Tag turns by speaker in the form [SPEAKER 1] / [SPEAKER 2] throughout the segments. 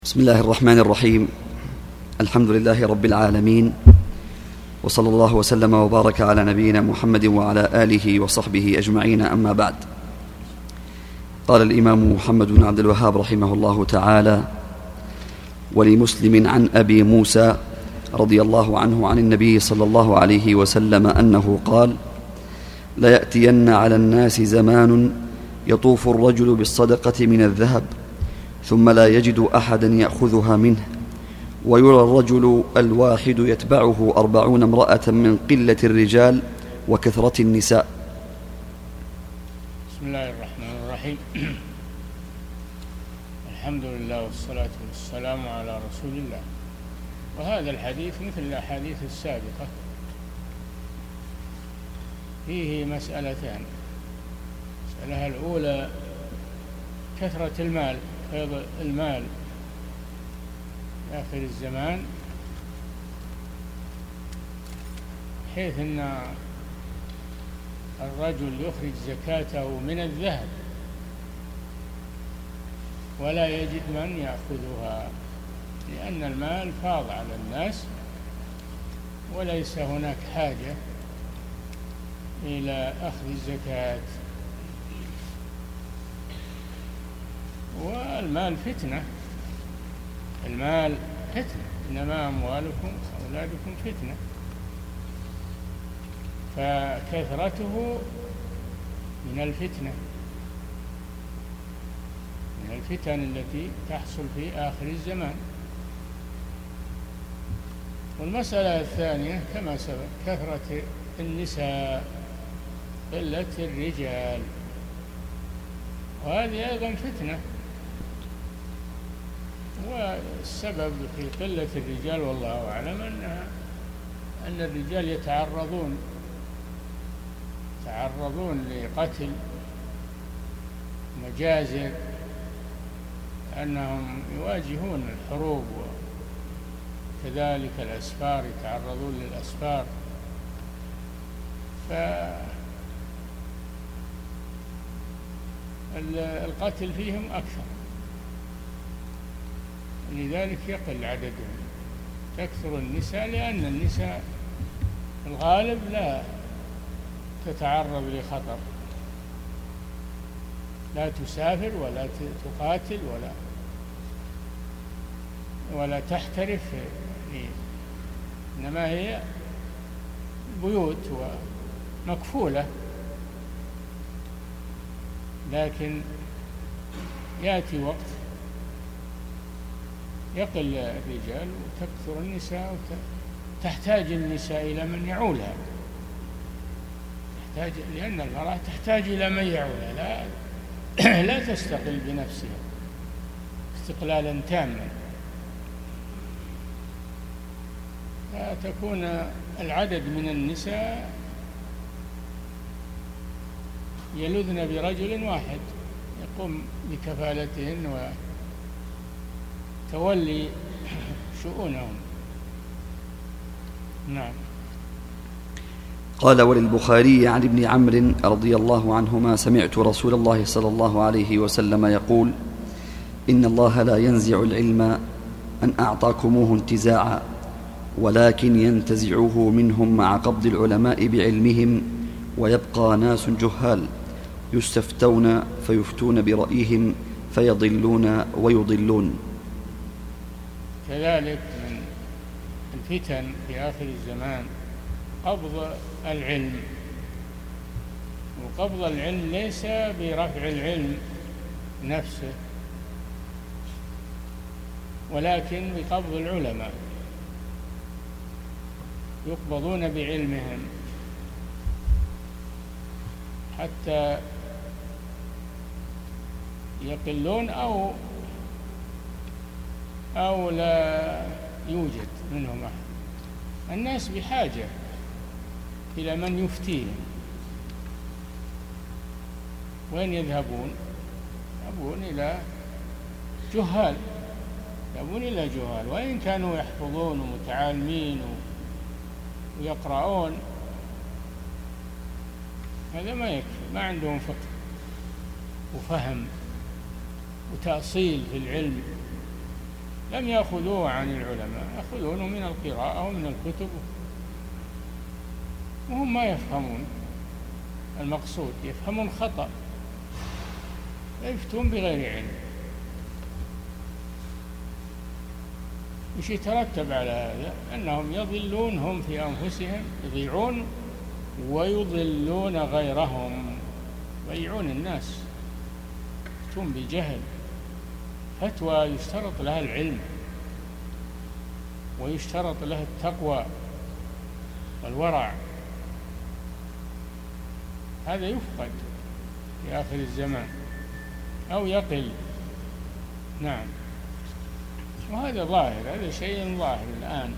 [SPEAKER 1] بسم الله الرحمن الرحيم. الحمد لله رب العالمين، وصلى الله وسلم وبارك على نبينا محمد وعلى آله وصحبه أجمعين، أما بعد. قال الإمام محمد بن عبد الوهاب رحمه الله تعالى: ولمسلم عن أبي موسى رضي الله عنه عن النبي صلى الله عليه وسلم أنه قال: ليأتين على الناس زمان يطوف الرجل بالصدقة من الذهب ثم لا يجد أحدا يأخذها منه، ويرى الرجل الواحد يتبعه 40 امرأة من قلة الرجال وكثرة النساء.
[SPEAKER 2] بسم الله الرحمن الرحيم. الحمد لله والصلاة والسلام على رسول الله. وهذا الحديث مثل الأحاديث السابقة، فيه مسألتان. المسألة الأولى كثرة المال، فيض المال في آخر الزمان، حيث أن الرجل يخرج زكاته من الذهب ولا يجد من يأخذها، لأن المال فاض على الناس وليس هناك حاجة إلى أخذ الزكاة. والمال فتنة، المال فتنة، إنما أموالكم وأولادكم فتنة، فكثرته من الفتنة، من الفتن التي تحصل في آخر الزمان. والمسألة الثانية كما سبق كثرة النساء، قلة الرجال، وهذه أيضا فتنة. والسبب في قلة الرجال والله أعلم أن الرجال يتعرضون لقتل، مجازر، أنهم يواجهون الحروب، وكذلك الأسفار يتعرضون للأسفار، فالقتل فيهم أكثر، لذلك يقل عددهم. تكثر النساء لأن النساء الغالب لا تتعرض لخطر، لا تسافر ولا تقاتل ولا تحترف، إنما هي بيوت ومكفولة. لكن يأتي وقت يقل الرجال وتكثر النساء، تحتاج النساء إلى من يعولها، لأن المرأة تحتاج إلى من يعولها، لا تستقل بنفسها استقلالا تاما، فتكون العدد من النساء يلذن برجل واحد يقوم بكفالتهن وتولي شؤونهم. نعم.
[SPEAKER 1] قال: وللبخاري عن ابن عمرو رضي الله عنهما: سمعت رسول الله صلى الله عليه وسلم يقول: إن الله لا ينزع العلم أن أعطاكموه انتزاعا، ولكن ينتزعه منهم مع قبض العلماء بعلمهم، ويبقى ناس جهال يستفتون فيفتون برأيهم فيضلون ويضلون.
[SPEAKER 2] كذلك من الفتن في آخر الزمان قبض العلم، وقبض العلم ليس برفع العلم نفسه، ولكن بقبض العلماء، يقبضون بعلمهم حتى يقلون أو لا يوجد منهم أحد. الناس بحاجة إلى من يفتيهم. وين يذهبون؟ يذهبون إلى جهال، وإن كانوا يحفظون ومتعالمين ويقرؤون، هذا ما يكفي، ما عندهم فقه وفهم وتأصيل في العلم، لم يأخذوه عن العلماء، يأخذونه من القراءة ومن الكتب، وهم ما يفهمون المقصود، يفهمون خطأ، يفتون بغير علم. وش يترتب على هذا؟ أنهم يضلون هم في أنفسهم، يضيعون ويضلون غيرهم، يضيعون الناس، يفتون بجهل. فتوى يشترط لها العلم ويشترط لها التقوى والورع، هذا يفقد في آخر الزمان أو يقل. نعم، وهذا ظاهر، هذا شيء ظاهر الآن.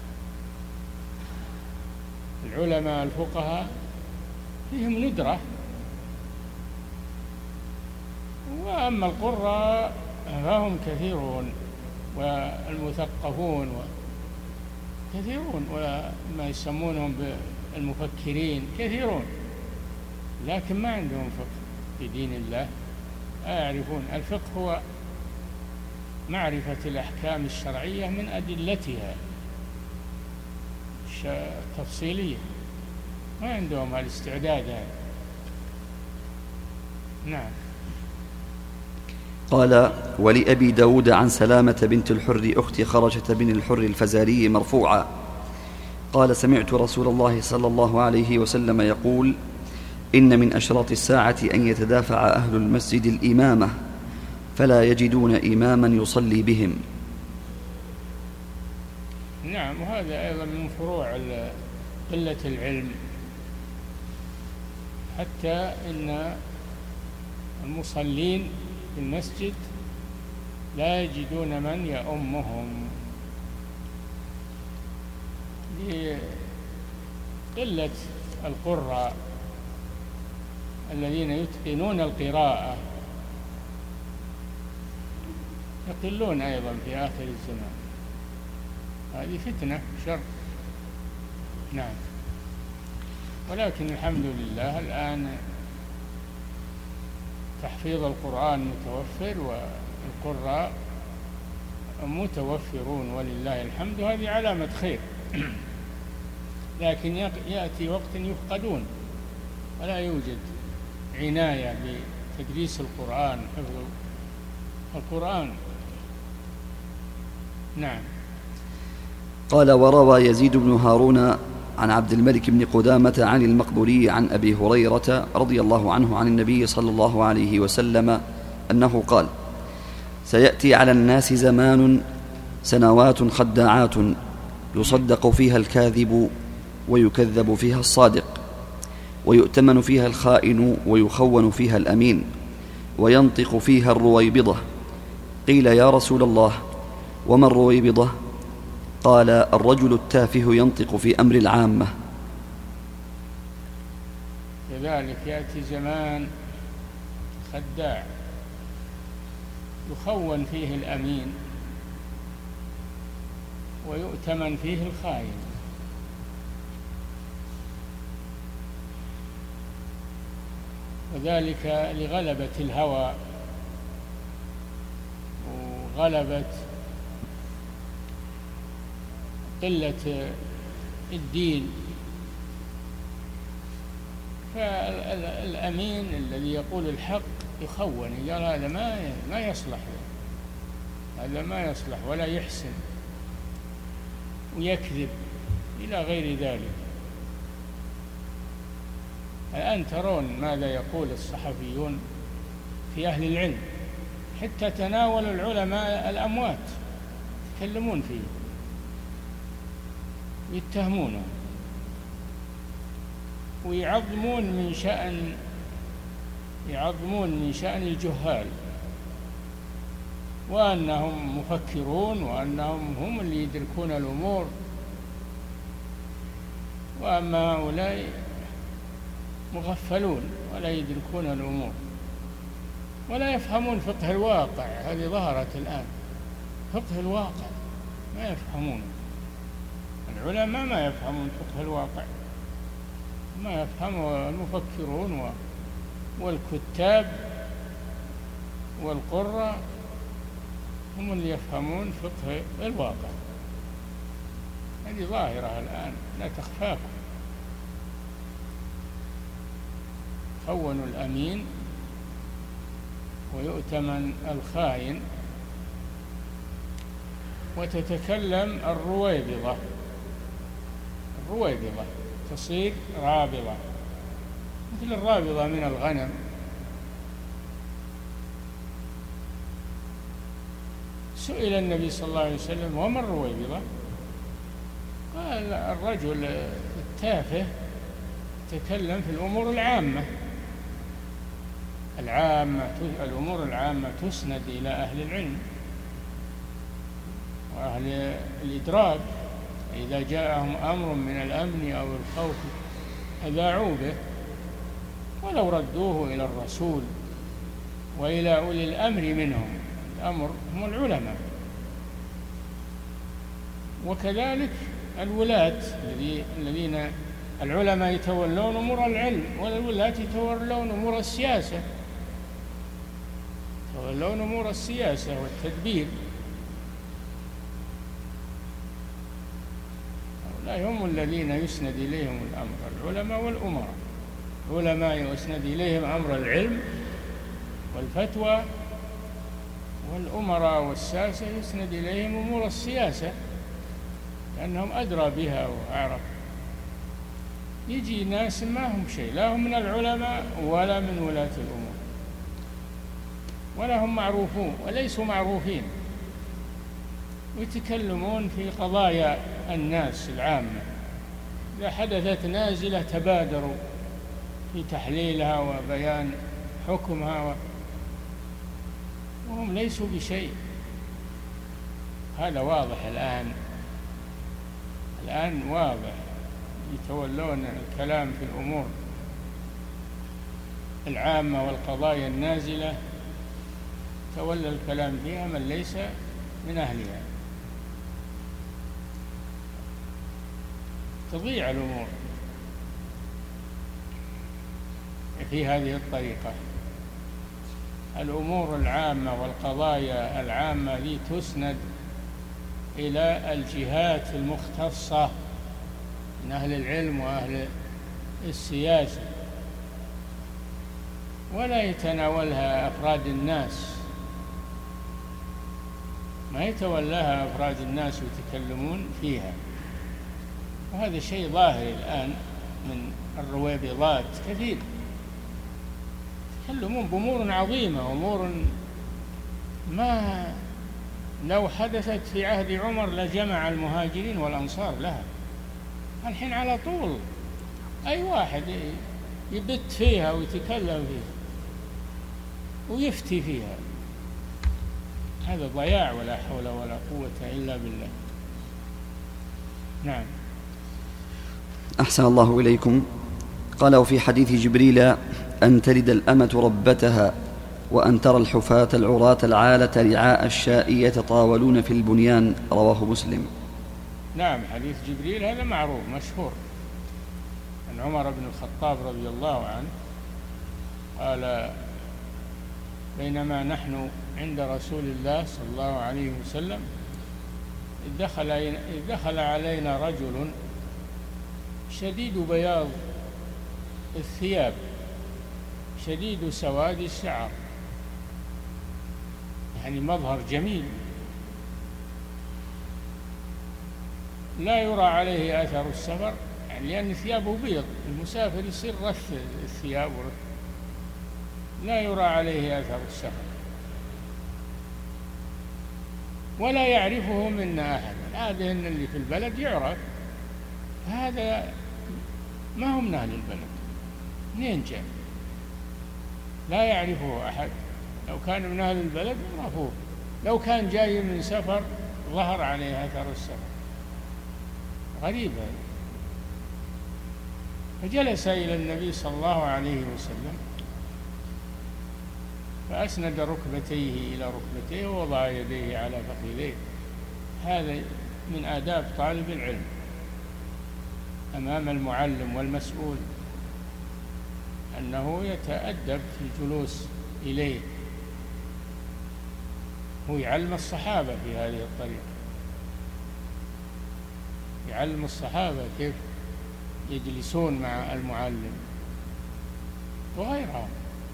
[SPEAKER 2] العلماء الفقهاء فيهم ندرة، وأما القراء فهم كثيرون، والمثقفون كثيرون، وما يسمونهم بالمفكرين كثيرون، لكن ما عندهم فقه في دين الله. يعرفون الفقه هو معرفة الأحكام الشرعية من أدلتها التفصيلية، ما عندهم الاستعداد هذا. نعم.
[SPEAKER 1] قال: ولأبي داود عن سلامة بنت الحر أخت خرجة بن الحر الفزاري مرفوعا قال: سمعت رسول الله صلى الله عليه وسلم يقول: إن من أشراط الساعة أن يتدافع أهل المسجد الإمامة فلا يجدون إماما يصلي بهم.
[SPEAKER 2] نعم، وهذا أيضا من فروع قلة العلم، حتى إن المصلين في المسجد لا يجدون من يؤمهم لقلة القراء الذين يتقنون القراءة، يقلون أيضا في آخر الزمان. هذه فتنة شر. نعم، ولكن الحمد لله الآن تحفيظ القرآن متوفر والقراء متوفرون ولله الحمد، هذه علامة خير. لكن يأتي وقت يفقدون ولا يوجد عناية بتدريس القرآن، حفظ القرآن. نعم.
[SPEAKER 1] قال: وروى يزيد بن هارون عن عبد الملك بن قدامة عن المقبوري عن أبي هريرة رضي الله عنه عن النبي صلى الله عليه وسلم أنه قال: سيأتي على الناس زمان سنوات خداعات يصدق فيها الكاذب ويكذب فيها الصادق، ويؤتمن فيها الخائن ويخون فيها الأمين، وينطق فيها الرويبضة. قيل: يا رسول الله، وما الرويبضة؟ قال: الرجل التافه ينطق في أمر العامة.
[SPEAKER 2] كذلك يأتي زمان خداع يخون فيه الأمين ويؤتمن فيه الخائن، وذلك لغلبة الهوى وغلبة قلة الدين. فالأمين الذي يقول الحق يخون، يقول هذا ما يصلح، هذا ما يصلح ولا يحسن، ويكذب إلى غير ذلك. الآن ترون ماذا يقول الصحفيون في أهل العلم، حتى تناول العلماء الأموات يتكلمون فيه ويتهمونه ويعظمون من شأن الجهال، وأنهم مفكرون وأنهم هم اللي يدركون الأمور، وأما هؤلاء مغفلون ولا يدركون الأمور ولا يفهمون فقه الواقع. هذه ظهرت الآن، فقه الواقع ما يفهمون، العلماء ما يفهمون فقه الواقع، ما يفهمه المفكرون والكتاب والقراء هم اللي يفهمون فقه الواقع. هذه ظاهرة الآن لا تخفاكم. خونوا الأمين ويؤتمن الخائن، وتتكلم الرويبضة تصير رابضة مثل الرابضة من الغنم. سئل النبي صلى الله عليه وسلم: وما الرويبضة؟ قال: الرجل التافه يتكلم في الأمور العامة. الأمور العامة تسند إلى أهل العلم وأهل الإدراك. إذا جاءهم أمر من الأمن أو الخوف أذاعوا به، ولو ردوه إلى الرسول وإلى أولي الأمر منهم. الأمر هم العلماء. وكذلك الولاة الذين العلماء يتولون أمور العلم، والولاة يتولون أمور السياسة، يتولون أمور السياسة والتدبير. هؤلاء هم الذين يسند إليهم الأمر، العلماء والأمراء. العلماء يسند إليهم أمر العلم والفتوى، والأمراء والساسة يسند إليهم أمور السياسة لأنهم أدرى بها وأعرف. يجي ناس ما هم شيء، لا هم من العلماء ولا من ولاة الأمور، ولا هم معروفون وليسوا معروفين، ويتكلمون في قضايا الناس العامة. إذا حدثت نازلة تبادروا في تحليلها وبيان حكمها، وهم ليسوا بشيء. هذا واضح الآن واضح. يتولون الكلام في الأمور العامة والقضايا النازلة، تولى الكلام فيها من ليس من أهلها. تضيع الأمور في هذه الطريقة. الأمور العامة والقضايا العامة ذي تسند إلى الجهات المختصة من أهل العلم وأهل السياسة، ولا يتناولها أفراد الناس، ما يتولاها أفراد الناس ويتكلمون فيها. وهذا شيء ظاهر الآن من الرويبضات كثير، يتكلمون بأمور عظيمة، أمور ما لو حدثت في عهد عمر لجمع المهاجرين والأنصار لها. الحين على طول أي واحد يبت فيها ويتكلم فيها ويفتي فيها. هذا ضياع، ولا حول ولا قوة إلا بالله. نعم.
[SPEAKER 1] أحسن الله إليكم. قال: وفي حديث جبريل أن تلد الأمة ربتها، وأن ترى الحفاة العراة العالة رعاء الشاء يتطاولون في البنيان. رواه مسلم.
[SPEAKER 2] نعم، حديث جبريل هذا معروف مشهور عن عمر بن الخطاب رضي الله عنه قال: بينما نحن عند رسول الله صلى الله عليه وسلم إذ دخل علينا رجل شديد بياض الثياب شديد سواد الشعر، يعني مظهر جميل لا يرى عليه أثر السفر، يعني لأن ثيابه بيض، المسافر يصير رث الثياب لا يرى عليه أثر السفر، ولا يعرفه منا أحد. هذا اللي في البلد يعرف، هذا ما هم من أهل البلد، منين جاء؟ لا يعرفه أحد. لو كان من أهل البلد عرفوه، لو كان جاي من سفر ظهر عليه أثر السفر. غريب هذا. فجلس إلى النبي صلى الله عليه وسلم فأسند ركبتيه إلى ركبتيه ووضع يديه على فخذيه. هذا من آداب طالب العلم أمام المعلم والمسؤول، أنه يتأدب في الجلوس إليه هو يعلم الصحابة في هذه الطريقة، يعلم الصحابة كيف يجلسون مع المعلم وغيرها.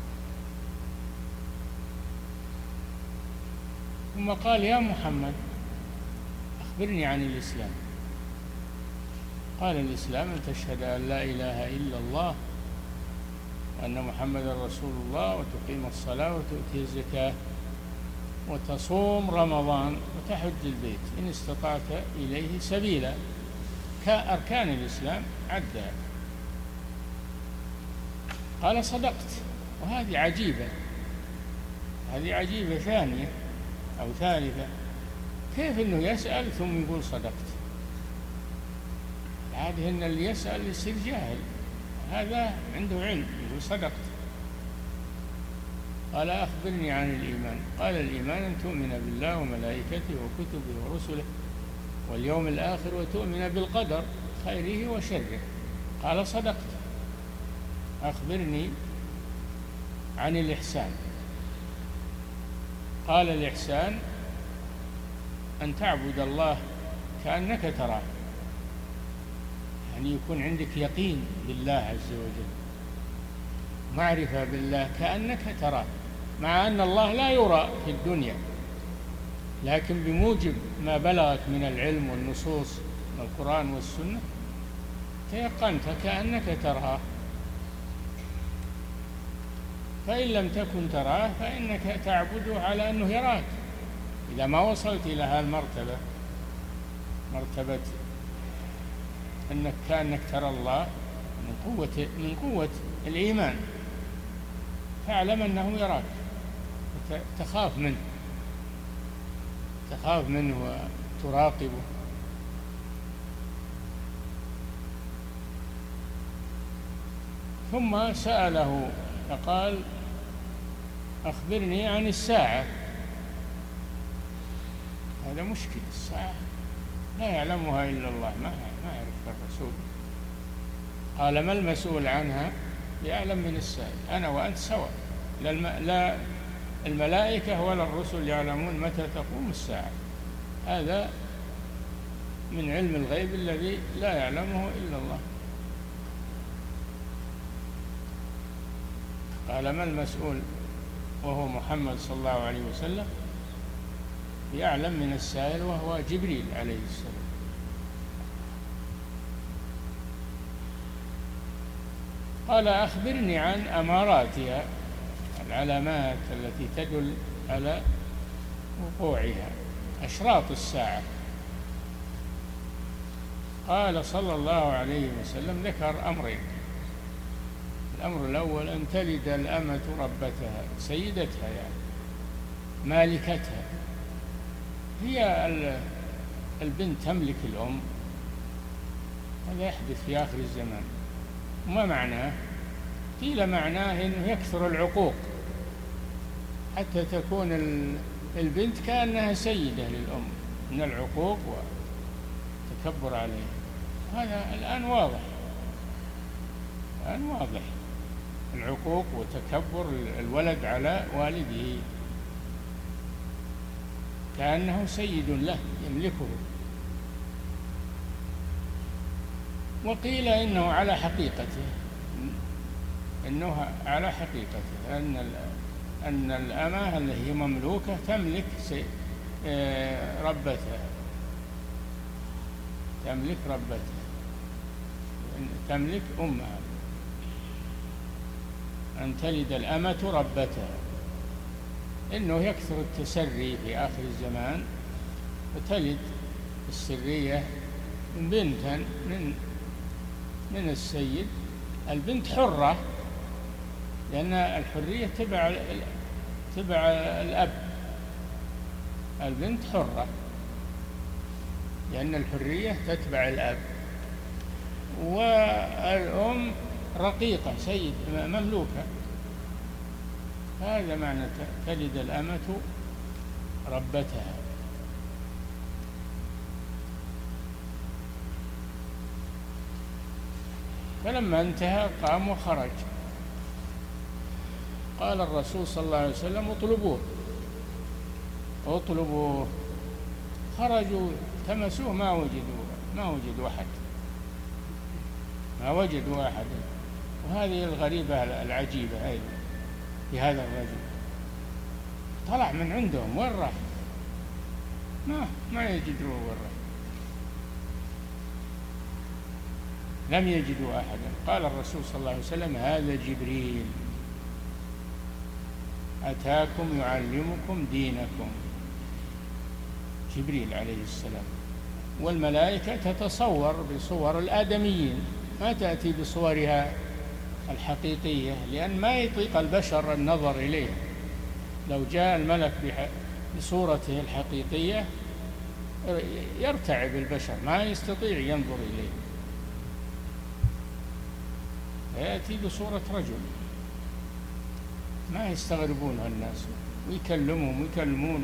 [SPEAKER 2] ثم قال: يا محمد أخبرني عن الإسلام. قال: الإسلام أن تشهد أن لا إله إلا الله وأن محمدا رسول الله، وتقيم الصلاة، وتؤتي الزكاة، وتصوم رمضان، وتحج البيت إن استطعت إليه سبيلا. كأركان الإسلام عدها. قال: صدقت. وهذه عجيبة، هذه عجيبة ثانية أو ثالثة. كيف أنه يسأل ثم يقول صدقت؟ العادة أن اللي يسأل يصير جاهل، هذا عنده علم يقول صدقت. قال: أخبرني عن الإيمان. قال: الإيمان أن تؤمن بالله وملائكته وكتبه ورسله واليوم الآخر وتؤمن بالقدر خيره وشره. قال: صدقت. أخبرني عن الإحسان. قال: الإحسان أن تعبد الله كأنك تراه، يعني يكون عندك يقين بالله عز وجل، معرفة بالله كأنك تراه، مع أن الله لا يرى في الدنيا، لكن بموجب ما بلغك من العلم والنصوص من القرآن والسنة تيقنت كأنك تراه. فإن لم تكن تراه فإنك تعبده على أنه يراك. إذا ما وصلت إلى هذه المرتبة، مرتبة أنك كأنك ترى الله من قوة الإيمان، فاعلم أنه يراك، تخاف منه وتراقبه. ثم سأله فقال: أخبرني عن الساعة. هذا مشكل، الساعة لا يعلمها إلا الله، ما يعرف الرسول. قال: ما المسؤول عنها بأعلم من السائل، أنا وأنت سواء، لا الملائكة ولا الرسل يعلمون متى تقوم الساعة، هذا من علم الغيب الذي لا يعلمه إلا الله. قال: ما المسؤول، وهو محمد صلى الله عليه وسلم، بأعلم من السائل، وهو جبريل عليه السلام. قال: أخبرني عن أماراتها، العلامات التي تدل على وقوعها، أشراط الساعة. قال صلى الله عليه وسلم، ذكر أمرين. الأمر الأول أن تلد الأمة ربتها، سيدتها يعني مالكتها. هي البنت تملك الأم، هذا يحدث في آخر الزمان. ما معناه؟ قيل معناه أنه يكثر العقوق حتى تكون البنت كأنها سيدة للأم من العقوق والتكبر عليها. هذا الآن واضح، العقوق وتكبر الولد على والده، كأنه سيد له يملكه. وقيل إنه على حقيقته، أن الأمة التي هي مملوكة تملك ربتها، تملك أمها. أن تلد الأمة ربتها، إنه يكثر التسري في آخر الزمان، وتلد السرية بنتا من السيد. البنت حرة، لأن الحرية تبع الأب. البنت حرة لأن الحرية تتبع الأب. والأم رقيقة، سيد، مملوكة. هذا معنى تلد الأمة ربتها. فلما انتهى قام وخرج. قال الرسول صلى الله عليه وسلم: اطلبوه. خرجوا تمسوه ما وجدوا أحد، ما وجدوا أحد. وهذه الغريبة العجيبة أيضا في هذا الرجل، طلع من عندهم وين راح؟ ما يجدوا وين راح، لم يجدوا أحدا. قال الرسول صلى الله عليه وسلم: هذا جبريل أتاكم يعلمكم دينكم. جبريل عليه السلام. والملائكة تتصور بصور الآدميين، ما تأتي بصورها الحقيقية، لأن ما يطيق البشر النظر إليه. لو جاء الملك بصورته الحقيقية يرتعب البشر، ما يستطيع ينظر إليه، فيأتي بصورة رجل ما يستغربونها الناس، ويكلمونه.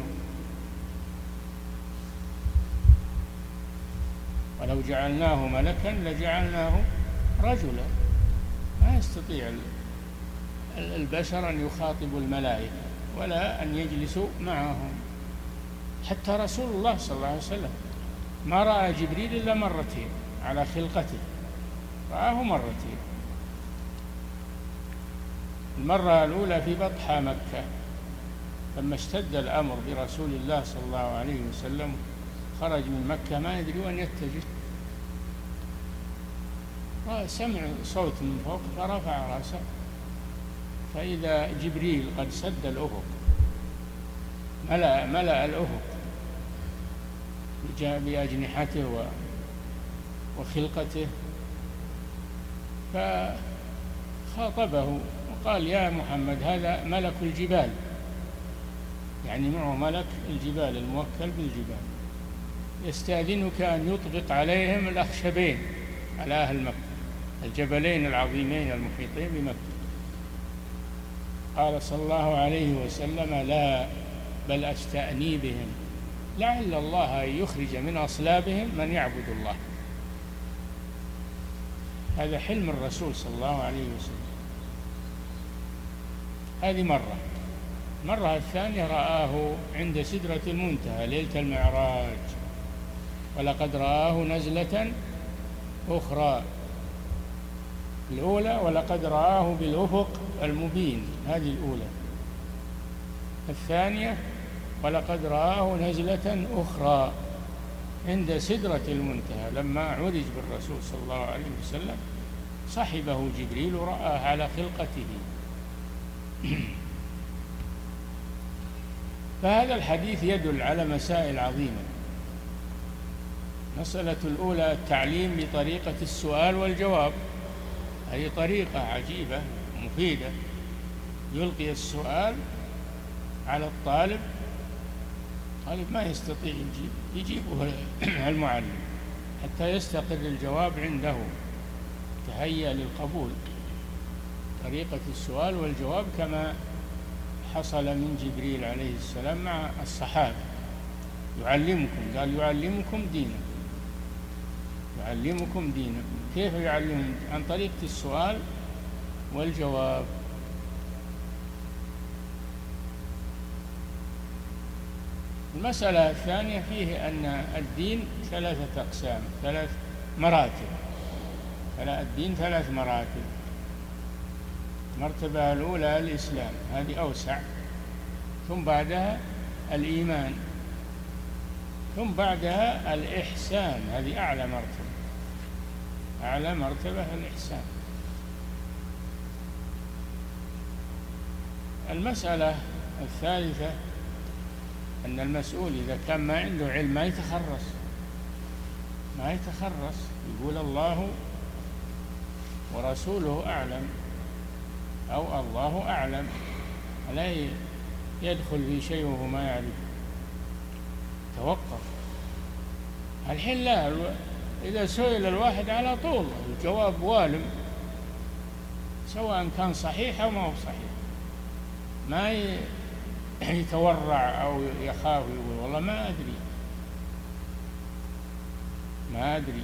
[SPEAKER 2] ولو جعلناه ملكا لجعلناه رجلا. ما يستطيع البشر أن يخاطبوا الملائكة ولا أن يجلسوا معهم. حتى رسول الله صلى الله عليه وسلم ما رأى جبريل إلا مرتين على خلقته، رآه مرتين. المرة الأولى في بطحى مكة لما اشتد الأمر برسول الله صلى الله عليه وسلم، خرج من مكة ما يدري وين يتجه، سمع صوت من فوق فرفع رأسه فإذا جبريل قد سد الأفق، ملأ الأفق بأجنحته وخلقته، فخاطبه وقال: يا محمد هذا ملك الجبال، يعني معه ملك الجبال الموكل بالجبال، يستأذنك أن يطبق عليهم الأخشبين على أهل مكة، الجبلين العظيمين المحيطين بمكة. قال صلى الله عليه وسلم: لا، بل أستأني بهم، لعل الله يخرج من أصلابهم من يعبد الله. هذا حلم الرسول صلى الله عليه وسلم. هذه مرة الثانية رآه عند سدرة المنتهى ليلة المعراج، ولقد رآه نزلة أخرى. الأولى ولقد رآه بالأفق المبين، هذه الأولى. الثانية ولقد رآه نزلة أخرى عند سدرة المنتهى، لما عرج بالرسول صلى الله عليه وسلم صحبه جبريل ورآه على خلقته. فهذا الحديث يدل على مسائل عظيمة. المسألة الأولى التعليم بطريقة السؤال والجواب، هذه طريقة عجيبة مفيدة، يلقي السؤال على الطالب ما يستطيع يجيبه المعلم حتى يستقر الجواب عنده، تهيأ للقبول. طريقة السؤال والجواب كما حصل من جبريل عليه السلام مع الصحابة. يعلمكم، قال يعلمكم دينكم، يعلمكم دينكم. كيف يعلمهم؟ عن طريقة السؤال والجواب. المسألة الثانية فيه أن الدين 3 أقسام، 3 مراتب. الدين 3 مراتب. المرتبة الأولى الإسلام، هذه أوسع، ثم بعدها الإيمان، ثم بعدها الإحسان، هذه أعلى مرتبة. أعلى مرتبة الإحسان. المسألة الثالثة أن المسؤول إذا كان ما عنده علم ما يتخرص، يقول الله ورسوله أعلم أو الله أعلم، لا يدخل في شيء وهو ما يعرف، توقف. الحين لا، إذا سئل الواحد على طول الجواب والم، سواء كان صحيح أو ما هو صحيح، ما يتورع أو يخاف يقول والله ما أدري.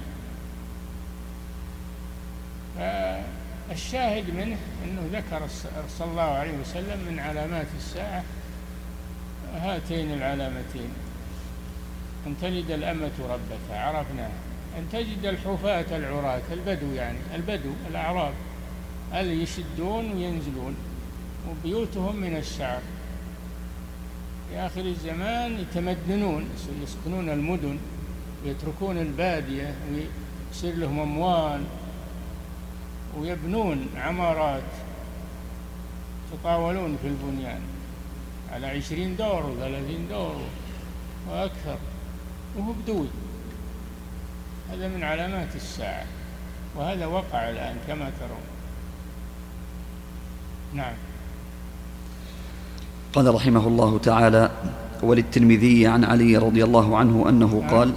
[SPEAKER 2] فالشاهد منه أنه ذكر صلى الله عليه وسلم من علامات الساعة هاتين العلامتين: أن تلد الأمة ربتها، عرفناها. أن تجد الحفاة العراة، البدو يعني البدو الأعراب اللي يشدون وينزلون وبيوتهم من الشعر. في آخر الزمان يتمدنون، يسكنون المدن ويتركون البادية ويصير لهم أموال ويبنون عمارات، يتطاولون في البنيان على 20 دور و30 دور وأكثر وهو بدوي. هذا من علامات الساعة، وهذا وقع الآن كما ترون. نعم.
[SPEAKER 1] قال رحمه الله تعالى: وللترمذي عن علي رضي الله عنه أنه قال: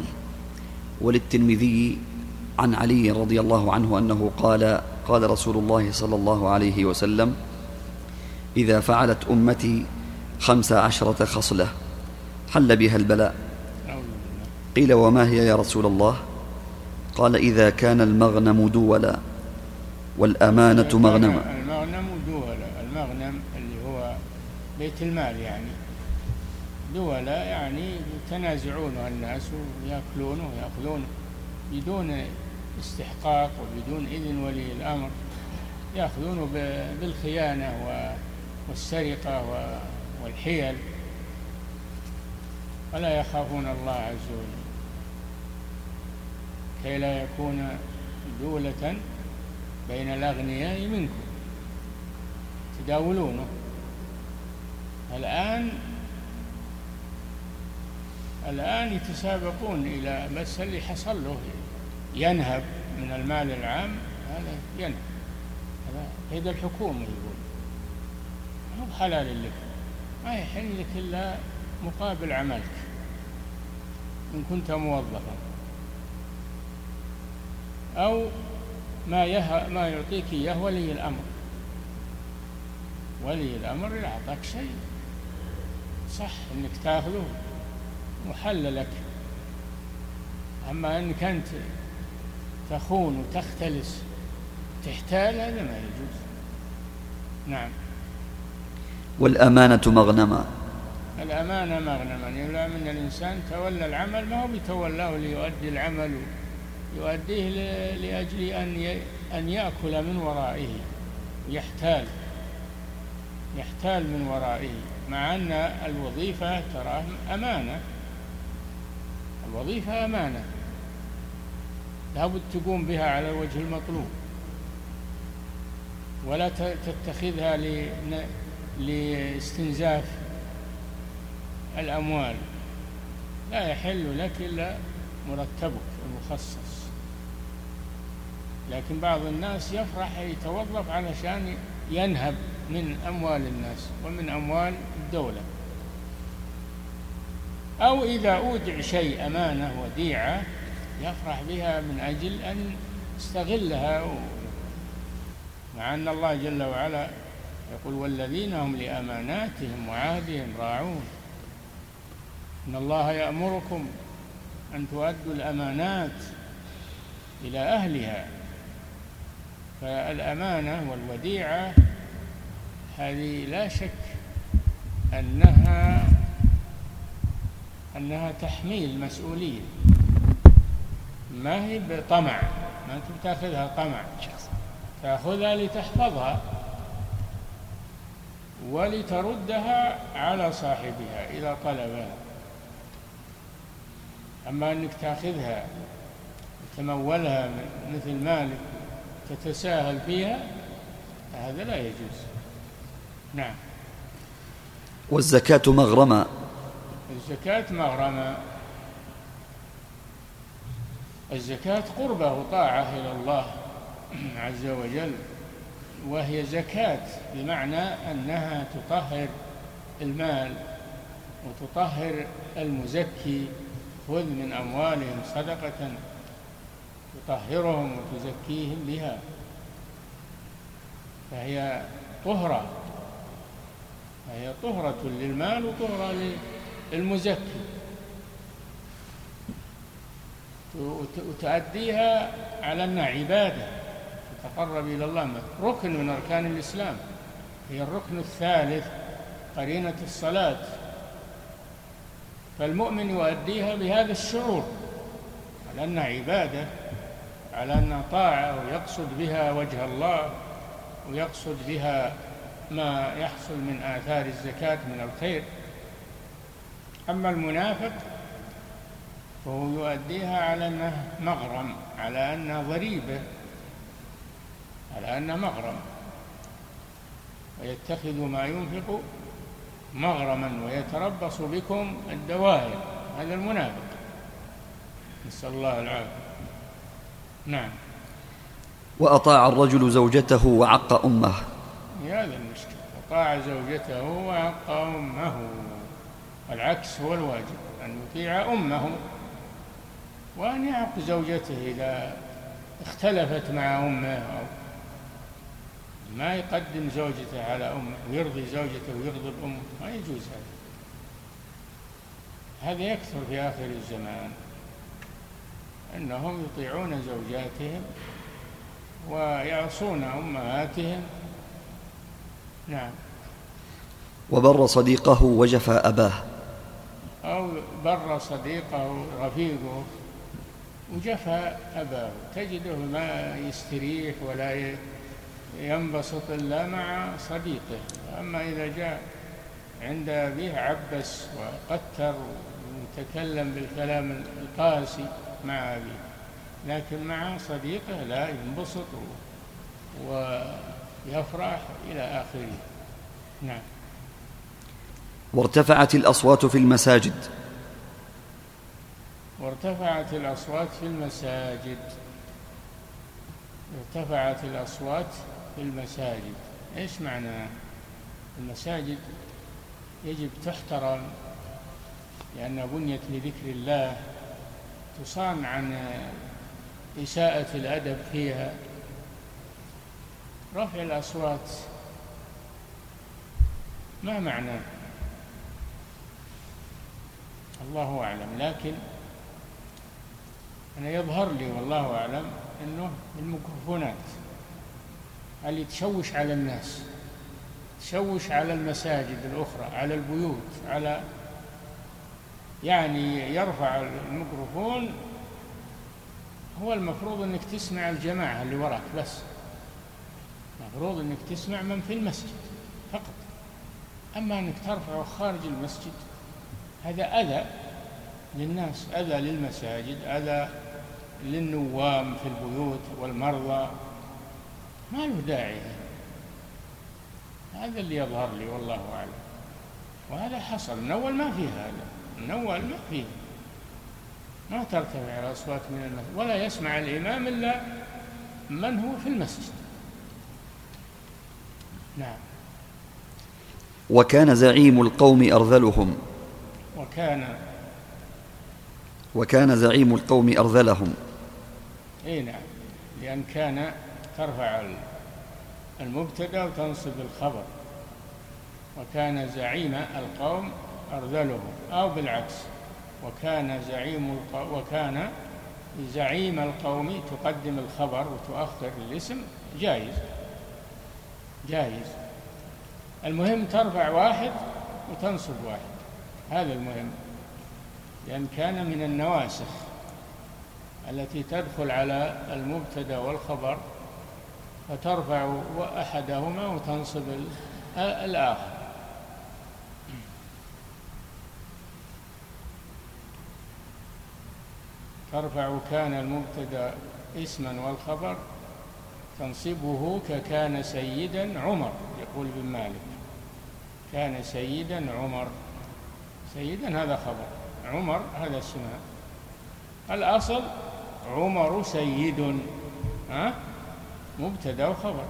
[SPEAKER 1] وللترمذي عن علي رضي الله عنه أنه قال: قال رسول الله صلى الله عليه وسلم: إذا فعلت أمتي 15 خصلة حل بها البلاء. قيل: وما هي يا رسول الله؟ قال: إذا كان المغنم دولا والأمانة مغنما.
[SPEAKER 2] المغنم دولا، المغنم اللي هو بيت المال يعني، دولا يعني يتنازعونه الناس ويأكلونه ويأخذونه بدون استحقاق وبدون إذن ولي الأمر، يأخذونه بالخيانة والسرقة والحيل، ولا يخافون الله عز وجل، كي لا يكون دولة بين الأغنياء منكم تداولونه. الآن يتسابقون إلى، بس اللي حصل له ينهب من المال العام، هذا ينهب، هذا قيد الحكومة يقول، مو حلال لك، ما يحل لك إلا مقابل عملك إن كنت موظفا، أو ما يعطيك إياه ولي الأمر. ولي الأمر يعطيك شيء صح إنك تأخذه محل لك، أما إنك أنت تخون وتختلس تحتال، هذا ما يجوز. نعم.
[SPEAKER 1] والأمانة مغنما.
[SPEAKER 2] الأمانة مغنما، يعلم أن الإنسان تولى العمل، ما هو بيتولاه ليؤدي العمل، يؤديه لأجل أن يأكل من ورائه ويحتال من ورائه، مع أن الوظيفة ترى أمانة، الوظيفة أمانة لابد تقوم بها على الوجه المطلوب، ولا تتخذها لاستنزاف الأموال. لا يحل لك إلا مرتبك المخصص. لكن بعض الناس يفرح يتوظف علشان ينهب من أموال الناس ومن أموال الدولة، أو إذا أودع شيء أمانة وديعة يفرح بها من أجل أن يستغلها، مع أن الله جل وعلا يقول: والذين هم لأماناتهم وعهدهم راعون، إن الله يأمركم أن تؤدوا الأمانات إلى أهلها. فالأمانة والوديعة هذه لا شك أنها تحميل مسؤولية، ما هي بطمع، ما تأخذها طمع، تأخذها لتحفظها ولتردها على صاحبها إذا طلبها. أما أنك تأخذها وتمولها مثل مالك تتساهل فيها، هذا لا يجوز. نعم.
[SPEAKER 1] والزكاة مغرمة.
[SPEAKER 2] الزكاة مغرمة. الزكاة قربة وطاعة إلى الله عز وجل، وهي زكاة بمعنى أنها تطهر المال وتطهر المزكي، خذ من أموالهم صدقة تطهرهم وتزكيهم بها، فهي طهرة، فهي طهرة للمال وطهرة للمزكي، وتؤديها على أنها عبادة تتقرب إلى الله، ركن من أركان الإسلام، هي الركن الثالث، قرينة الصلاة فالمؤمن يؤديها بهذا الشعور على أنها عبادة، على أنها طاعة، ويقصد بها وجه الله، ويقصد بها ما يحصل من آثار الزكاة من الخير. أما المنافق فهو يؤديها على أنها مغرم، على أنها ضريبة، على أنها مغرم، ويتخذ ما ينفق مغرما ويتربص بكم الدوائر. هذا المنافق، نسأل الله العافية. نعم.
[SPEAKER 1] وأطاع الرجل زوجته وعق أمه.
[SPEAKER 2] هذا المشكلة، أطاع زوجته وعق أمه، العكس هو الواجب، أن يطيع أمه، وأن يعق زوجته إذا اختلفت مع أمه، أو ما يقدم زوجته على أمه ويرضي زوجته ويرضي الأم، ما يجوز هذا يكثر في آخر الزمان، أنهم يطيعون زوجاتهم ويعصون أمهاتهم. نعم.
[SPEAKER 1] وبر صديقه وجفى أباه.
[SPEAKER 2] أو بر صديقه رفيقه وجفى أباه، تجده ما يستريح ولا ينبسط إلا مع صديقه. أما إذا جاء عند أبيه عبس وقتر وتكلم بالكلام القاسي مع أبيه، لكن مع صديقه لا، ينبسط ويفرح إلى آخره. نعم.
[SPEAKER 1] وارتفعت الأصوات في المساجد.
[SPEAKER 2] وارتفعت الأصوات في المساجد. ارتفعت الأصوات في المساجد، إيش معنى؟ المساجد يجب تحترم لأنها بنيت لذكر الله، تصان عن إساءة الأدب فيها. رفع الأصوات ما معناه؟ الله أعلم، لكن أنا يظهر لي والله أعلم أنه الميكروفونات اللي تشوش على الناس، تشوش على المساجد الأخرى، على البيوت، على يعني يرفع الميكروفون. هو المفروض أنك تسمع الجماعة اللي وراك بس، المفروض أنك تسمع من في المسجد فقط. أما أنك ترفعه خارج المسجد هذا أذى للناس، أذى للمساجد، أذى للنوام في البيوت والمرضى، ما له داعي. هذا اللي يظهر لي والله أعلم، وهذا حصل من أول، ما فيه هذا من أول، ما فيه، ما ترتفع الأصوات من المسجد، ولا يسمع الإمام إلا من هو في المسجد. نعم.
[SPEAKER 1] وكان زعيم القوم أرذلهم. وكان زعيم القوم أرذلهم.
[SPEAKER 2] اي نعم، لأن كان ترفع المبتدأ وتنصب الخبر، وكان زعيم القوم أرذلهم، أو بالعكس، وكان زعيم القوم تقدم الخبر وتؤخر الاسم، جائز. المهم ترفع واحد وتنصب واحد، هذا المهم، لأن كان من النواسخ التي تدخل على المبتدأ والخبر، فترفع أحدهما وتنصب الآخر. ترفع كان المبتدأ اسما والخبر تنصبه ككان سيدا عمر، يقول ابن مالك، كان سيدا عمر، سيدا هذا خبر، عمر هذا اسمها. الأصل عمر سيد، مبتدأ وخبر.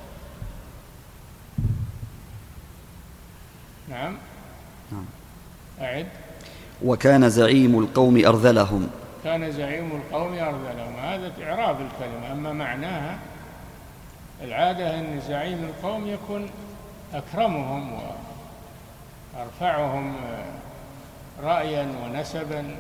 [SPEAKER 2] نعم. أعد.
[SPEAKER 1] وكان زعيم القوم أرذلهم.
[SPEAKER 2] كان زعيم القوم أرذلهم، هذا إعراب الكلمة. أما معناها العادة أن زعيم القوم يكون أكرمهم وأرفعهم رأيا ونسبا،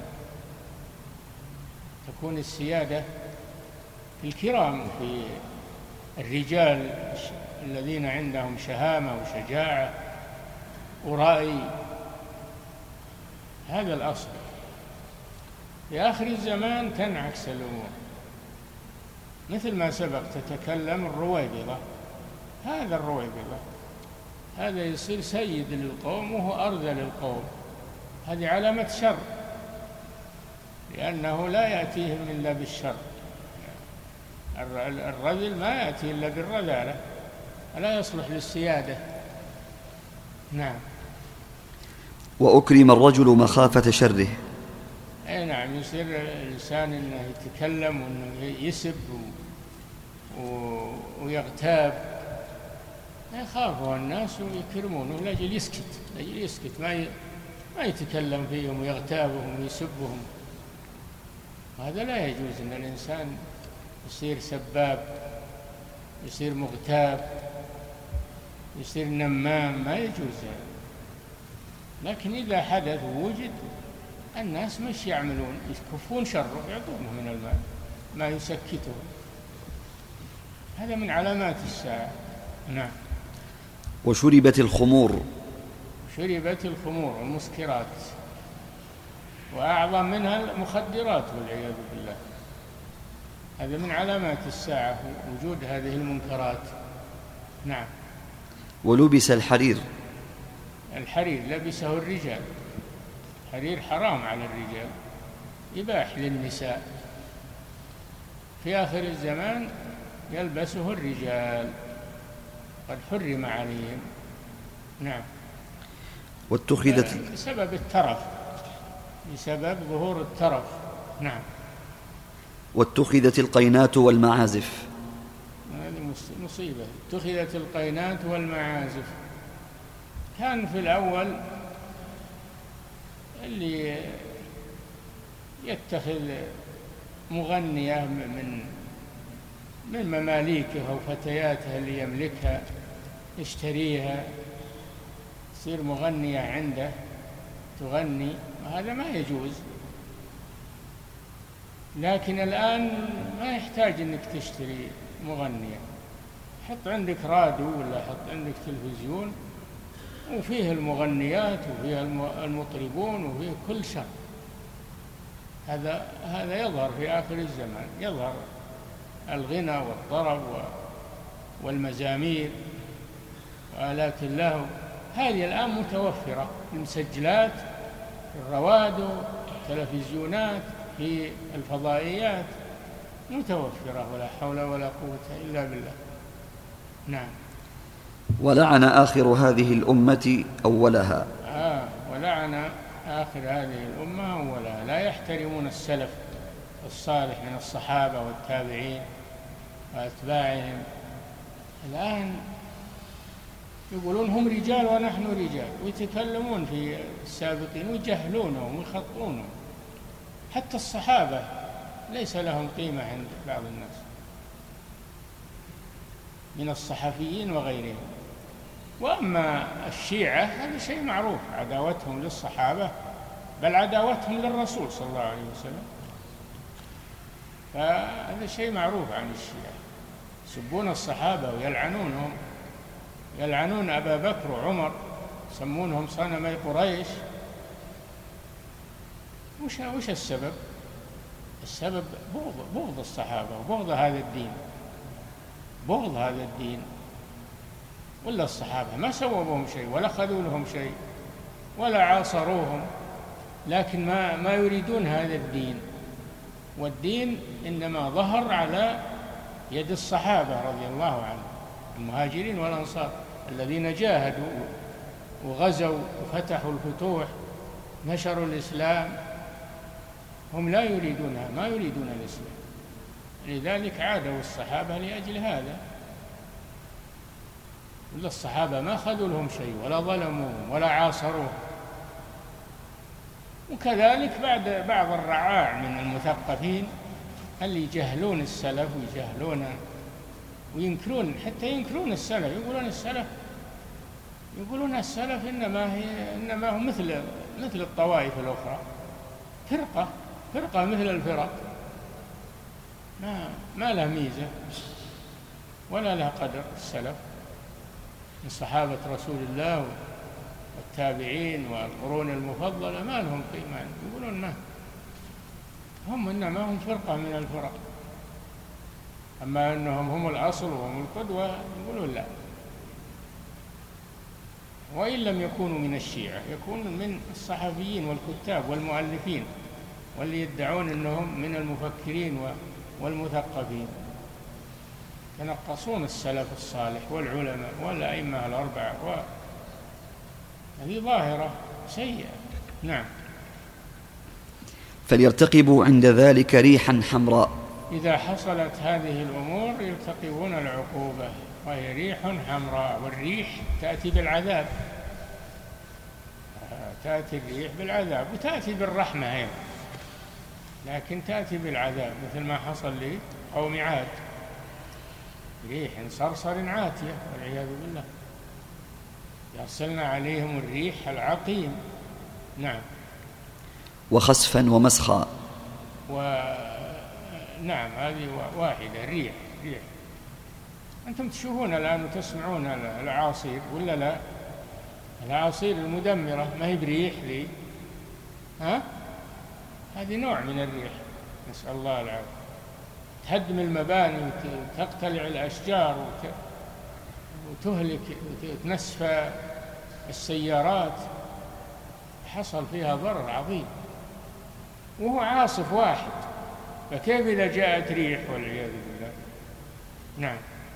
[SPEAKER 2] تكون السيادة في الكرام، في الرجال الذين عندهم شهامة وشجاعة ورأي. هذا الأصل. في آخر الزمان تنعكس الأمور، مثل ما سبق تتكلم الرويبضة. هذا الرويبضة هذا يصير سيد للقوم وهو أرذل للقوم، هذه علامة شر، لأنه لا يأتيهم إلا بالشر. الرذل ما يأتي إلا بالرذالة، لا يصلح للسيادة. نعم.
[SPEAKER 1] وأكرم الرجل مخافة شره.
[SPEAKER 2] أي نعم، يصير الإنسان إنه يتكلم وإنه يسب ويغتاب، يخافه الناس ويكرمونه لأجل يسكت، ما يتكلم فيهم ويغتابهم ويسبهم. هذا لا يجوز، إن الإنسان يصير سباب، يصير مغتاب، يصير نمام، ما يجوز يعني. لكن إذا حدث ووجد، الناس مش يعملون؟ يكفون شره، يعطونه من المال ما يسكته. هذا من علامات الساعة. نعم.
[SPEAKER 1] وشربت الخمور.
[SPEAKER 2] شربت الخمور والمسكرات، وأعظم منها المخدرات والعياذ بالله. هذا من علامات الساعة، وجود هذه المنكرات. نعم.
[SPEAKER 1] ولبس الحرير.
[SPEAKER 2] الحرير لبسه الرجال، الحرير حرام على الرجال، يباح للنساء. في آخر الزمان يلبسه الرجال، قد حرم عليهم. نعم.
[SPEAKER 1] واتخذت
[SPEAKER 2] بسبب الترف، بسبب ظهور الترف. نعم.
[SPEAKER 1] واتخذت القينات والمعازف.
[SPEAKER 2] هذه مصيبة، اتخذت القينات والمعازف. كان في الأول اللي يتخذ مغنية من مماليكه أو فتياته اللي يملكها، يشتريها، تصير مغنية عنده تغني، وهذا ما يجوز. لكن الآن ما يحتاج أنك تشتري مغنية، حط عندك راديو ولا حط عندك تلفزيون وفيه المغنيات وفيه المطربون وفيه كل شيء. هذا يظهر في آخر الزمان، يظهر الغنى والطرب والمزامير وآلات اللهو. هذه الآن متوفرة في المسجلات، في الرواديو، في التلفزيونات، في الفضائيات، متوفرة، ولا حول ولا قوة إلا بالله. نعم.
[SPEAKER 1] ولعن آخر هذه الأمة أولها.
[SPEAKER 2] ولعن آخر هذه الأمة أولها. لا يحترمون السلف الصالح من الصحابة والتابعين وأتباعهم. الآن يقولون هم رجال ونحن رجال، ويتكلمون في السابقين ويجهلونهم ويخطئونهم. حتى الصحابة ليس لهم قيمة عند بعض الناس من الصحفيين وغيرهم. وأما الشيعة هذا شيء معروف، عداوتهم للصحابة، بل عداوتهم للرسول صلى الله عليه وسلم، فهذا شيء معروف عن الشيعة. يسبون الصحابة ويلعنونهم، يلعنون أبا بكر وعمر، يسمونهم صنمي قريش. وش السبب؟ السبب بغض الصحابة وبغض هذا الدين، بغض هذا الدين. ولا الصحابة ما سووا بهم شيء ولا خذوا لهم شيء ولا عاصروهم، لكن ما يريدون هذا الدين. والدين إنما ظهر على يد الصحابة رضي الله عنهم، المهاجرين والأنصار الذين جاهدوا وغزوا وفتحوا الفتوح، نشروا الإسلام. هم لا يريدونها، ما يريدون الإسلام، لذلك عادوا الصحابة لأجل هذا. ولا الصحابة ما خذوا لهم شيء ولا ظلموهم ولا عاصروهم. وكذلك بعض الرعاع من المثقفين اللي يجهلون السلف ويجهلون وينكرون، حتى ينكرون السلف، يقولون السلف إنما هو مثل الطوائف الأخرى، فرقة مثل الفرق، ما له ميزة ولا له قدر. السلف من صحابة رسول الله والتابعين والقرون المفضلة ما لهم قيمة، يقولون ما هم، إنما هم فرقة من الفرق، أما أنهم هم الأصل وهم القدوة يقولون لا. وإن لم يكونوا من الشيعة يكونوا من الصحفيين والكتاب والمؤلفين، واللي يدعون أنهم من المفكرين والمثقفين، ينقصون السلف الصالح والعلماء والأئمة الأربعة، هذه ظاهرة سيئة. نعم.
[SPEAKER 1] فليرتقبوا عند ذلك ريحا حمراء.
[SPEAKER 2] إذا حصلت هذه الأمور يرتقبون العقوبة، وهي ريح حمراء. والريح تأتي بالعذاب، تأتي الريح بالعذاب وتأتي بالرحمة أيضا، لكن تأتي بالعذاب مثل ما حصل لقوم عاد، ريح صرصر عاتية والعياذ بالله، يرسلنا عليهم الريح العقيم. نعم.
[SPEAKER 1] وخسفا ومسخا.
[SPEAKER 2] نعم، هذه واحدة، ريح. أنتم تشوفون الآن وتسمعون الأعاصير ولا لا؟ الأعاصير المدمرة ما هي بريح لي، هذه نوع من الريح، نسأل الله العافية، تهدم المباني وتقتلع الأشجار وتهلك وتنسف السيارات، حصل فيها ضرر عظيم، وهو عاصف واحد، فكيف إذا جاءت ريح والعياذ بالله؟ نعم.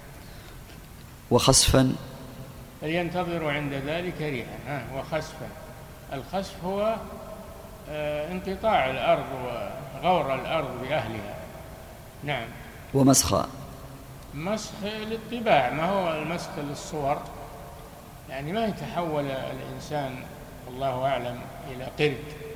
[SPEAKER 1] وخسفا.
[SPEAKER 2] فلينتظروا عند ذلك ريحا. وخسفا، الخسف هو انقطاع الأرض وغور الأرض بأهلها. نعم.
[SPEAKER 1] ومسخا.
[SPEAKER 2] مسخ للطباع، ما هو المسخ للصور، يعني ما يتحول الإنسان والله أعلم إلى قرد،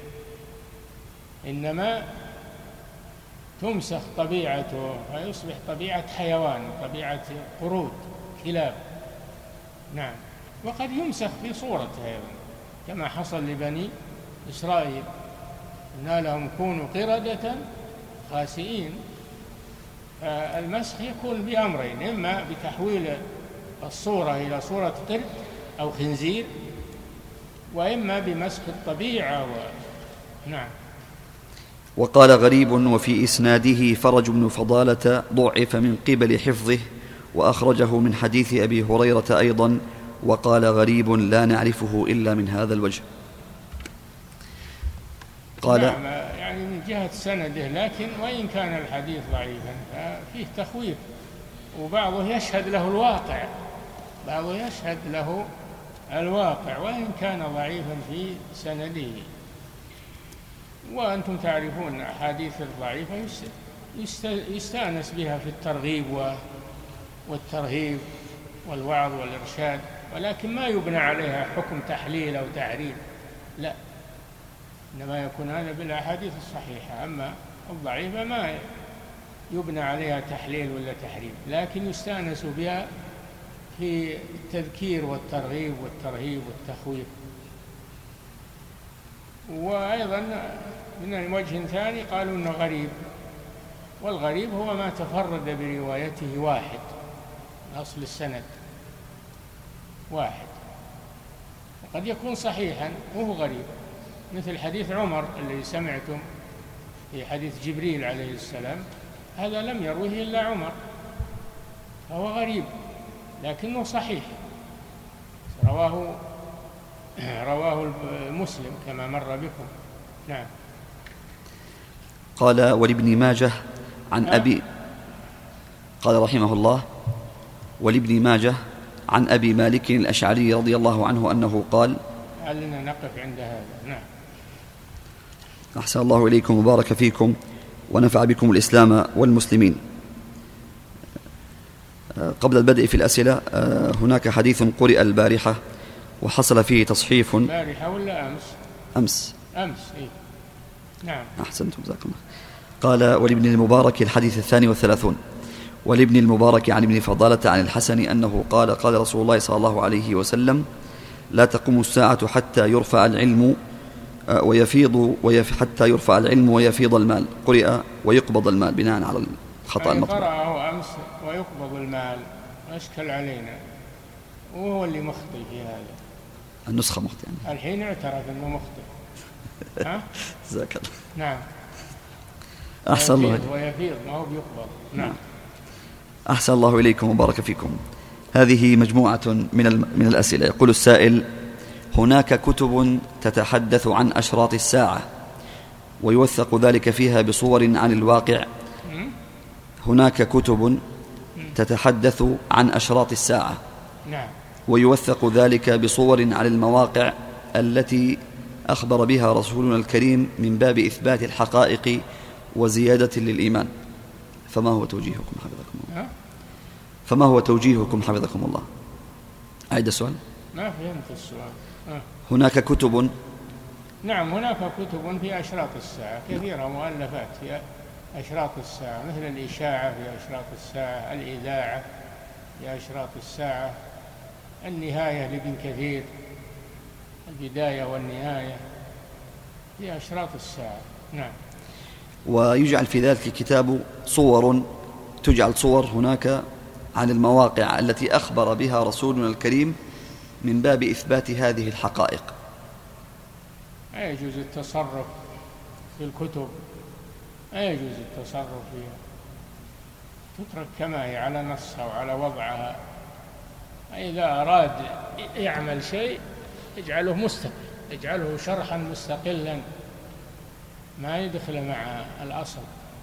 [SPEAKER 2] إنما تمسخ طبيعته فيصبح طبيعة حيوان، طبيعة قرود، كلاب. نعم. وقد يمسخ في صورته أيضا كما حصل لبني إسرائيل، قلنا لهم كونوا قردة خاسئين. المسخ يكون بأمرين، إما بتحويل الصورة إلى صورة قرد أو خنزير، وإما بمسخ الطبيعة نعم.
[SPEAKER 1] وقال غريب وفي إسناده فرج بن فضالة ضعف من قبل حفظه، وأخرجه من حديث أبي هريرة أيضا، وقال غريب لا نعرفه إلا من هذا الوجه.
[SPEAKER 2] قال نعم، يعني من جهة سنده، لكن وإن كان الحديث ضعيفا فيه تخويف، وبعضه يشهد له الواقع، وإن كان ضعيفا في سنده. وأنتم تعرفون أحاديث الضعيفة يستأنس بها في الترغيب والترهيب والوعظ والإرشاد، ولكن ما يبنى عليها حكم تحليل أو تعريف، لا، إنما يكون هذا بالأحاديث الصحيحة. أما الضعيفة ما يبنى عليها تحليل ولا تحريم، لكن يستأنس بها في التذكير والترغيب والترهيب والتخويف. وأيضا من وجه ثاني قالوا إنه غريب، والغريب هو ما تفرد بروايته واحد، أصل السند واحد، وقد يكون صحيحا وهو غريب، مثل حديث عمر الذي سمعتم في حديث جبريل عليه السلام، هذا لم يروه إلا عمر، فهو غريب لكنه صحيح، رواه مسلم كما مر بكم. نعم.
[SPEAKER 1] قال ولابن ماجه عن أبي، قال رحمه الله ولابن ماجه عن أبي مالك الأشعري رضي الله عنه أنه قال.
[SPEAKER 2] لعلنا نقف عند هذا. نعم.
[SPEAKER 1] أحسن الله إليكم وبارك فيكم ونفع بكم الإسلام والمسلمين. قبل البدء في الأسئلة، هناك حديث قرئ البارحة وحصل فيه تصحيف.
[SPEAKER 2] البارحة ولا أمس؟
[SPEAKER 1] أمس
[SPEAKER 2] إيه؟ نعم.
[SPEAKER 1] أحسنتم جزاكم الله. قال ولابن المبارك الحديث 32، ولابن المبارك عن ابن فضالة عن الحسن أنه قال قال رسول الله صلى الله عليه وسلم لا تقوم الساعة حتى يرفع العلم حتى يرفع العلم ويفيض المال، قرئ ويقبض المال بناء على الخطأ المطبوع.
[SPEAKER 2] قرأه أمس ويقبض المال، أشكل علينا، وهو اللي مخطئ في هذا.
[SPEAKER 1] النسخة مخطئة يعني.
[SPEAKER 2] الحين اعترف أنه مخطئ. ها؟
[SPEAKER 1] جزاك الله.
[SPEAKER 2] نعم.
[SPEAKER 1] أحسن الله.
[SPEAKER 2] ويفيض ما هو بيقبل. نعم.
[SPEAKER 1] أحسن الله إليكم وبارك فيكم. هذه مجموعة من الأسئلة. يقول السائل: هناك كتب تتحدث عن أشراط الساعة ويوثق ذلك فيها بصور عن الواقع. هناك كتب تتحدث عن أشراط الساعة.
[SPEAKER 2] نعم.
[SPEAKER 1] ويوثق ذلك بصور عن المواقع التي أخبر بها رسولنا الكريم من باب إثبات الحقائق وزيادة للإيمان، فما هو توجيهكم حفظكم الله؟ فما هو توجيهكم حفظكم الله؟ أعيد السؤال.
[SPEAKER 2] ما فهمت السؤال.
[SPEAKER 1] هناك كتب.
[SPEAKER 2] نعم، هناك كتب في أشراط الساعة كثيرة، مؤلفات في أشراط الساعة، مثل الإشاعة في أشراط الساعة، الإذاعة في أشراط الساعة، النهاية لابن كثير، البداية والنهاية في أشراط الساعة. نعم.
[SPEAKER 1] ويجعل في ذلك الكتاب تجعل صور هناك عن المواقع التي أخبر بها رسولنا الكريم من باب إثبات هذه الحقائق.
[SPEAKER 2] لا يجوز التصرف في الكتب، لا يجوز التصرف فيها، تترك كما هي على نصها وعلى وضعها. إذا أراد يعمل شيء يجعله مستقل، يجعله شرحا مستقلا، ما يدخل مع الأصل،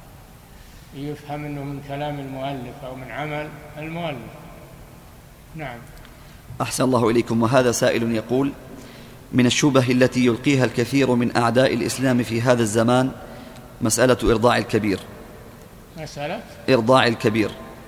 [SPEAKER 2] يفهم أنه من كلام المؤلف أو من عمل المؤلف. نعم.
[SPEAKER 1] أحسن الله إليكم. وهذا سائل يقول: من الشبه التي يلقيها الكثير من أعداء الإسلام في هذا الزمان مسألة إرضاع الكبير.
[SPEAKER 2] مسألة
[SPEAKER 1] إرضاع الكبير،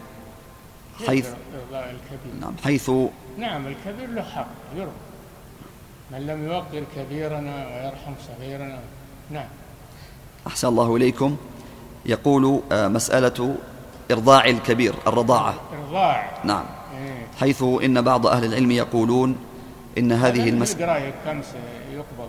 [SPEAKER 1] حيث
[SPEAKER 2] إرضاع الكبير.
[SPEAKER 1] نعم، حيث
[SPEAKER 2] نعم، الكبير له حق يرضى، من لم يوقر كبيرنا ويرحم صغيرنا. نعم.
[SPEAKER 1] أحسن الله إليكم. يقول مسألة إرضاع الكبير، الرضاعة،
[SPEAKER 2] إرضاع.
[SPEAKER 1] نعم. حيث إن بعض أهل العلم يقولون إن هذه
[SPEAKER 2] المسألة كم يقبل.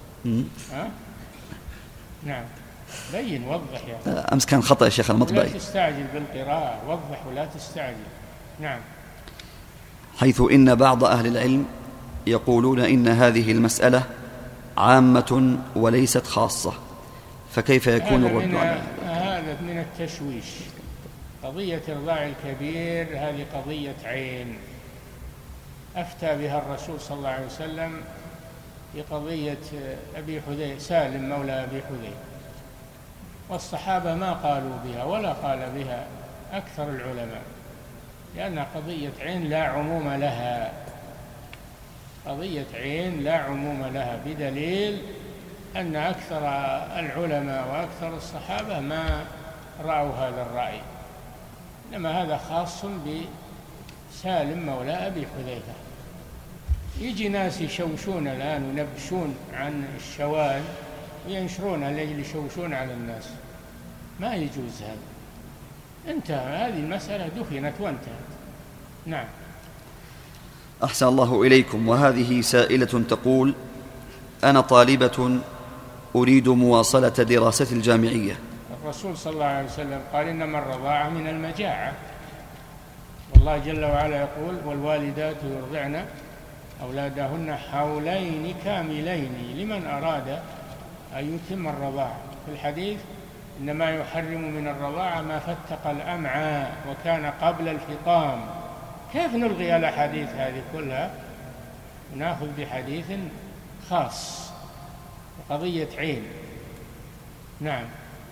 [SPEAKER 2] نعم، بين وضح يا
[SPEAKER 1] أمس كان خطأ يا شيخ المطبعي.
[SPEAKER 2] لا تستعجل بالقراءة، وضح ولا تستعجل. نعم.
[SPEAKER 1] حيث إن بعض أهل العلم يقولون إن هذه المسألة عامة وليست خاصة، فكيف يكون الرد عليه؟
[SPEAKER 2] هذا من التشويش. قضية إرضاع الكبير هذه قضية عين، أفتى بها الرسول صلى الله عليه وسلم في قضية أبي حذيفة، سالم مولى أبي حذيفة، والصحابة ما قالوا بها ولا قال بها أكثر العلماء، لأنها قضية عين لا عموم لها، قضية عين لا عموم لها، بدليل أن أكثر العلماء وأكثر الصحابة ما رأوا هذا الرأي، إنما هذا خاص بسالم مولى أبي حذيفة. يجي ناس يشوشون الآن وينبشون عن الشواذ وينشرونها لأجل يشوشون على الناس، ما يجوز هذا. انتهى، هذه المسألة دفنت وانتهت. نعم.
[SPEAKER 1] أحسن الله إليكم. وهذه سائلة تقول: أنا طالبة أريد مواصلة دراسة الجامعية.
[SPEAKER 2] الرسول صلى الله عليه وسلم قال: إنما الرضاعة من المجاعة، والله جل وعلا يقول: والوالدات يرضعن أولادهن حولين كاملين لمن أراد أن يتم الرضاعة. في الحديث: إنما يحرم من الرضاعة ما فتق الأمعاء وكان قبل الفطام. كيف نلغي الأحاديث هذه كلها ونأخذ بحديث خاص وقضية عين؟ نعم.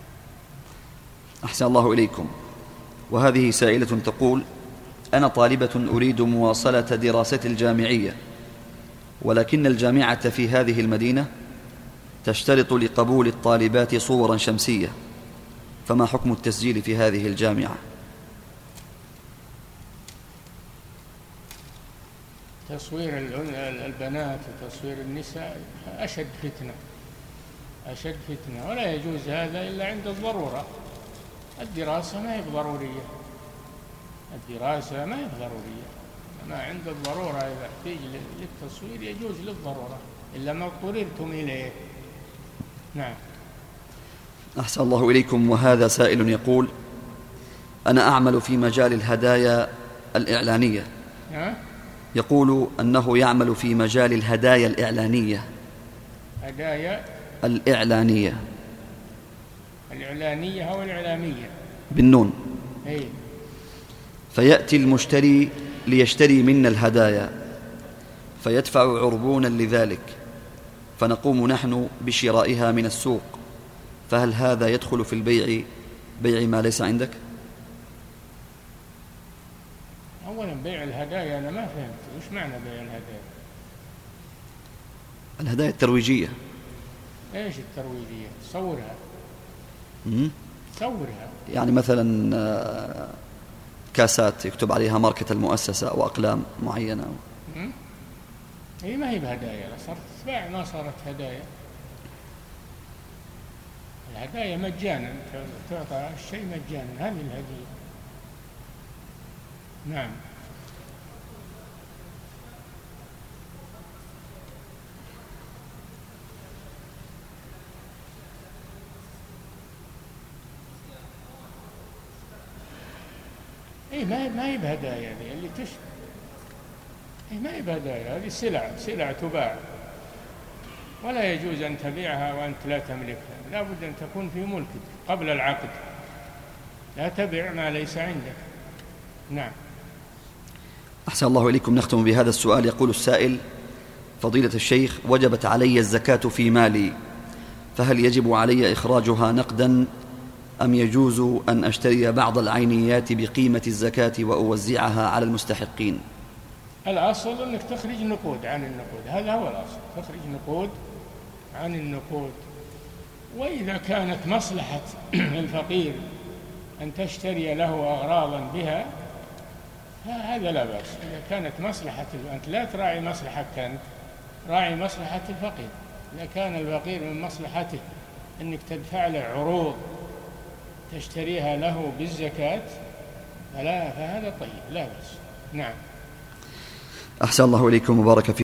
[SPEAKER 1] أحسن الله إليكم. وهذه سائلة تقول: أنا طالبة أريد مواصلة دراسة الجامعية، ولكن الجامعة في هذه المدينة تشترط لقبول الطالبات صورا شمسية، فما حكم التسجيل في هذه الجامعة؟
[SPEAKER 2] تصوير البنات وتصوير النساء أشد فتنة، ولا يجوز هذا إلا عند الضرورة. الدراسة ما هي ضرورية، أما عند الضرورة إذا احتاج للتصوير يجوز للضرورة، إلا ما اضطررتم إليه. نعم.
[SPEAKER 1] أحسن الله إليكم. وهذا سائل يقول: أنا أعمل في مجال الهدايا الإعلانية. يقول أنه يعمل في مجال الهدايا الإعلانية.
[SPEAKER 2] هدايا
[SPEAKER 1] الإعلانية.
[SPEAKER 2] الإعلانية أو الإعلامية
[SPEAKER 1] بالنون.
[SPEAKER 2] أي.
[SPEAKER 1] فيأتي المشتري ليشتري منا الهدايا فيدفع عربونا لذلك، فنقوم نحن بشرائها من السوق، فهل هذا يدخل في بيع ما ليس عندك؟
[SPEAKER 2] أولا بيع الهدايا أنا ما فهمت وش معنى بيع الهدايا؟
[SPEAKER 1] الهدايا الترويجية.
[SPEAKER 2] إيش الترويجية؟ صورها. صورها
[SPEAKER 1] يعني مثلا كاسات يكتب عليها ماركة المؤسسة أو أقلام معينة.
[SPEAKER 2] هي ما هي بهدايا، صارت تباع ما صارت هدايا. الهدايا مجانا، تعطى الشيء مجانا، هذه الهدية. نعم. ما هي بهدايا هذه اللي تشبه. ما هي بهدايا، هذه سلع تباع، ولا يجوز أن تبيعها وأنت لا تملكها، لا بد أن تكون في ملكك قبل العقد، لا تبيع ما ليس عندك. نعم.
[SPEAKER 1] أحسن الله إليكم. نختم بهذا السؤال. يقول السائل: فضيلة الشيخ، وجبت علي الزكاة في مالي، فهل يجب علي إخراجها نقدا أم يجوز أن أشتري بعض العينيات بقيمة الزكاة وأوزعها على المستحقين؟
[SPEAKER 2] الأصل أنك تخرج نقود عن النقود، هذا هو الأصل، تخرج نقود عن النقود. وإذا كانت مصلحة الفقير أن تشتري له أغراضا بها هذا لا بأس. إذا كانت مصلحة أنت لا تراعي مصلحتك أنت، راعي مصلحة الفقير. إذا كان الفقير من مصلحته أنك تدفع له عروض تشتريها له بالزكاة فهذا طيب، لا بأس. نعم.
[SPEAKER 1] أحسن الله إليكم وبارك فيكم.